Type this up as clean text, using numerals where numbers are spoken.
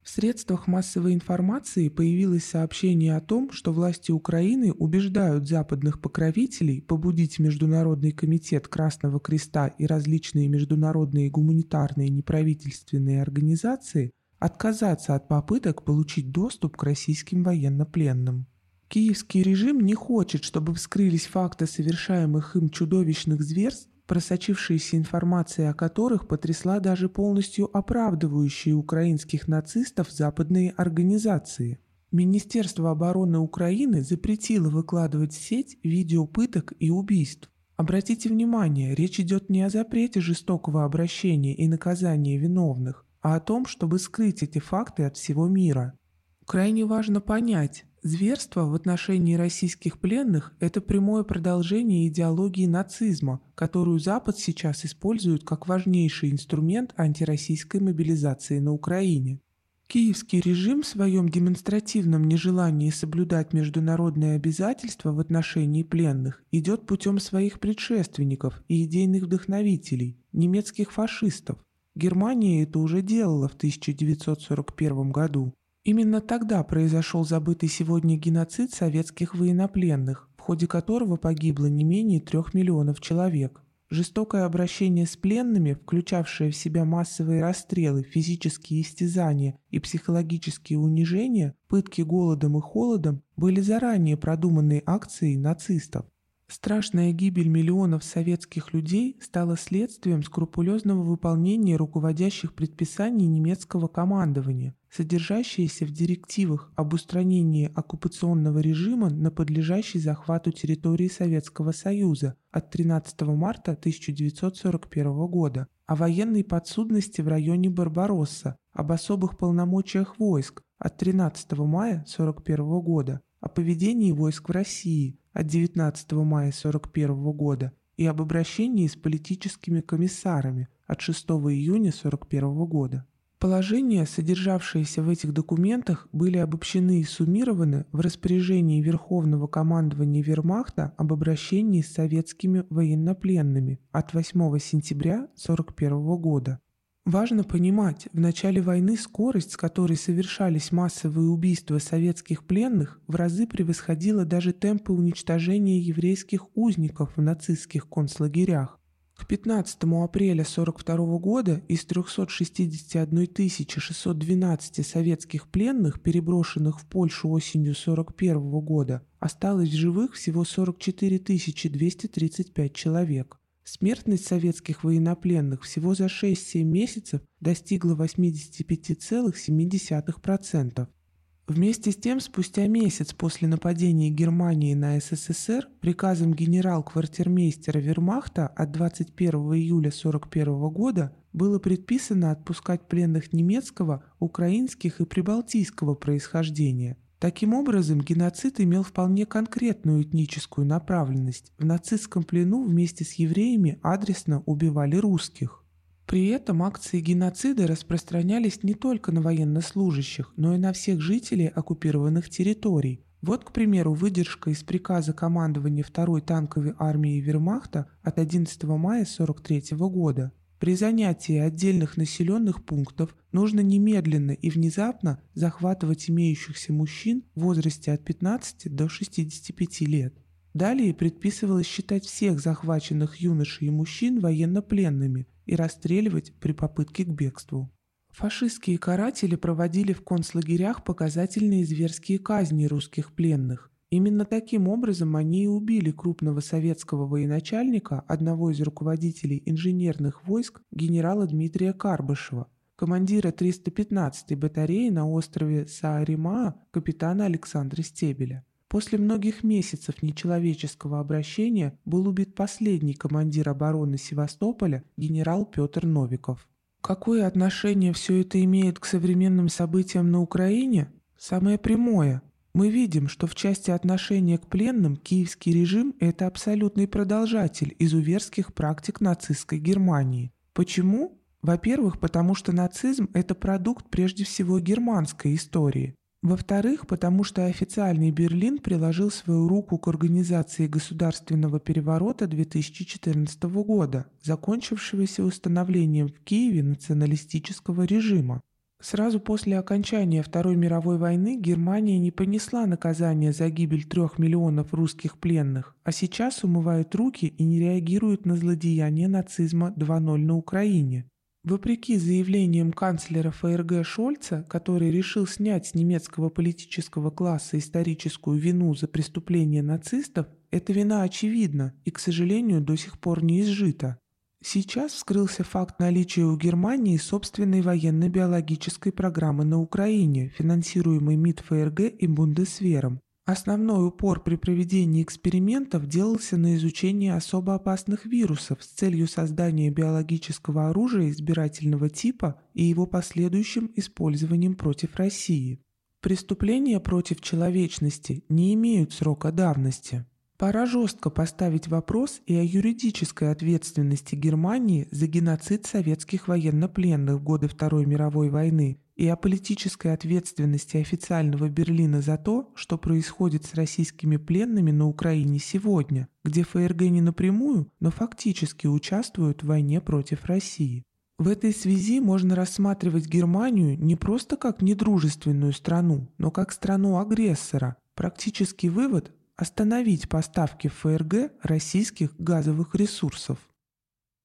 В средствах массовой информации появилось сообщение о том, что власти Украины убеждают западных покровителей побудить Международный комитет Красного Креста и различные международные гуманитарные неправительственные организации отказаться от попыток получить доступ к российским военнопленным. Киевский режим не хочет, чтобы вскрылись факты совершаемых им чудовищных зверств, просочившаяся информация о которых потрясла даже полностью оправдывающие украинских нацистов западные организации. Министерство обороны Украины запретило выкладывать в сеть видео пыток и убийств. Обратите внимание, речь идет не о запрете жестокого обращения и наказания виновных, а о том, чтобы скрыть эти факты от всего мира. Крайне важно понять, зверство в отношении российских пленных – это прямое продолжение идеологии нацизма, которую Запад сейчас использует как важнейший инструмент антироссийской мобилизации на Украине. Киевский режим в своем демонстративном нежелании соблюдать международные обязательства в отношении пленных идет путем своих предшественников и идейных вдохновителей – немецких фашистов. Германия это уже делала в 1941 году. Именно тогда произошел забытый сегодня геноцид советских военнопленных, в ходе которого погибло не менее 3 миллионов человек. Жестокое обращение с пленными, включавшее в себя массовые расстрелы, физические истязания и психологические унижения, пытки голодом и холодом, были заранее продуманной акцией нацистов. Страшная гибель миллионов советских людей стала следствием скрупулезного выполнения руководящих предписаний немецкого командования, содержащиеся в директивах об устранении оккупационного режима на подлежащей захвату территории Советского Союза от 13 марта 1941 года, о военной подсудности в районе Барбаросса, об особых полномочиях войск от 13 мая 1941 года, о поведении войск в России от 19 мая 1941 года и об обращении с политическими комиссарами от 6 июня 1941 года. Положения, содержавшиеся в этих документах, были обобщены и суммированы в распоряжении Верховного командования Вермахта об обращении с советскими военнопленными от 8 сентября 1941 года. Важно понимать, в начале войны скорость, с которой совершались массовые убийства советских пленных, в разы превосходила даже темпы уничтожения еврейских узников в нацистских концлагерях. К 15 апреля 1942 года из 361 612 советских пленных, переброшенных в Польшу осенью 1941 года, осталось в живых всего 44 235 человек. Смертность советских военнопленных всего за 6-7 месяцев достигла 85,7%. Вместе с тем, спустя месяц после нападения Германии на СССР приказом генерал-квартирмейстера Вермахта от 21 июля 1941 года было предписано отпускать пленных немецкого, украинских и прибалтийского происхождения. Таким образом, геноцид имел вполне конкретную этническую направленность. В нацистском плену вместе с евреями адресно убивали русских. При этом акции геноцида распространялись не только на военнослужащих, но и на всех жителей оккупированных территорий. Вот, к примеру, выдержка из приказа командования 2-й танковой армии Вермахта от 11 мая 1943 года. При занятии отдельных населенных пунктов нужно немедленно и внезапно захватывать имеющихся мужчин в возрасте от 15 до 65 лет. Далее предписывалось считать всех захваченных юношей и мужчин военнопленными и расстреливать при попытке к бегству. Фашистские каратели проводили в концлагерях показательные зверские казни русских пленных. Именно таким образом они и убили крупного советского военачальника, одного из руководителей инженерных войск, генерала Дмитрия Карбышева, командира 315-й батареи на острове Сааремаа, капитана Александра Стебеля. После многих месяцев нечеловеческого обращения был убит последний командир обороны Севастополя, генерал Петр Новиков. Какое отношение все это имеет к современным событиям на Украине? Самое прямое. Мы видим, что в части отношения к пленным киевский режим – это абсолютный продолжатель изуверских практик нацистской Германии. Почему? Во-первых, потому что нацизм – это продукт прежде всего германской истории. Во-вторых, потому что официальный Берлин приложил свою руку к организации государственного переворота 2014 года, закончившегося установлением в Киеве националистического режима. Сразу после окончания Второй мировой войны Германия не понесла наказание за гибель 3 миллионов русских пленных, а сейчас умывает руки и не реагирует на злодеяния нацизма 2.0 на Украине. Вопреки заявлениям канцлера ФРГ Шольца, который решил снять с немецкого политического класса историческую вину за преступления нацистов, эта вина очевидна и, к сожалению, до сих пор не изжита. Сейчас вскрылся факт наличия у Германии собственной военно-биологической программы на Украине, финансируемой МИД ФРГ и Бундесвером. Основной упор при проведении экспериментов делался на изучении особо опасных вирусов с целью создания биологического оружия избирательного типа и его последующим использованием против России. Преступления против человечности не имеют срока давности. Пора жестко поставить вопрос и о юридической ответственности Германии за геноцид советских военнопленных в годы Второй мировой войны и о политической ответственности официального Берлина за то, что происходит с российскими пленными на Украине сегодня, где ФРГ не напрямую, но фактически участвуют в войне против России. В этой связи можно рассматривать Германию не просто как недружественную страну, но как страну-агрессора. Практический вывод – остановить поставки в ФРГ российских газовых ресурсов.